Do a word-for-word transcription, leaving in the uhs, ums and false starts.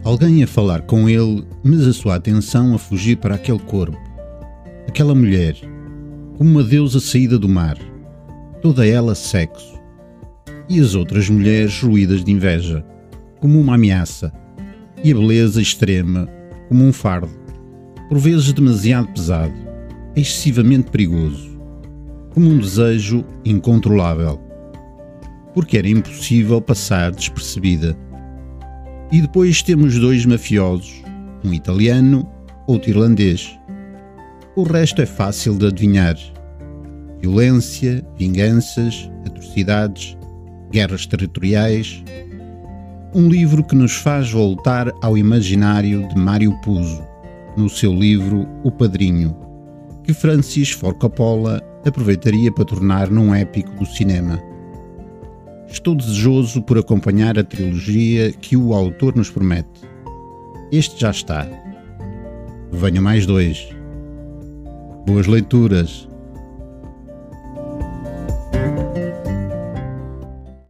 Alguém a falar com ele, mas a sua atenção a fugir para aquele corpo, aquela mulher, como uma deusa saída do mar, toda ela sexo, e as outras mulheres ruídas de inveja, como uma ameaça, e a beleza extrema, como um fardo, por vezes demasiado pesado, excessivamente perigoso, como um desejo incontrolável, porque era impossível passar despercebida. E depois temos dois mafiosos, um italiano, outro irlandês. O resto é fácil de adivinhar. Violência, vinganças, atrocidades, guerras territoriais. Um livro que nos faz voltar ao imaginário de Mário Puzo, no seu livro O Padrinho, que Francis Ford Coppola aproveitaria para tornar num épico do cinema. Estou desejoso por acompanhar a trilogia que o autor nos promete. Este já está. Venham mais dois. Boas leituras!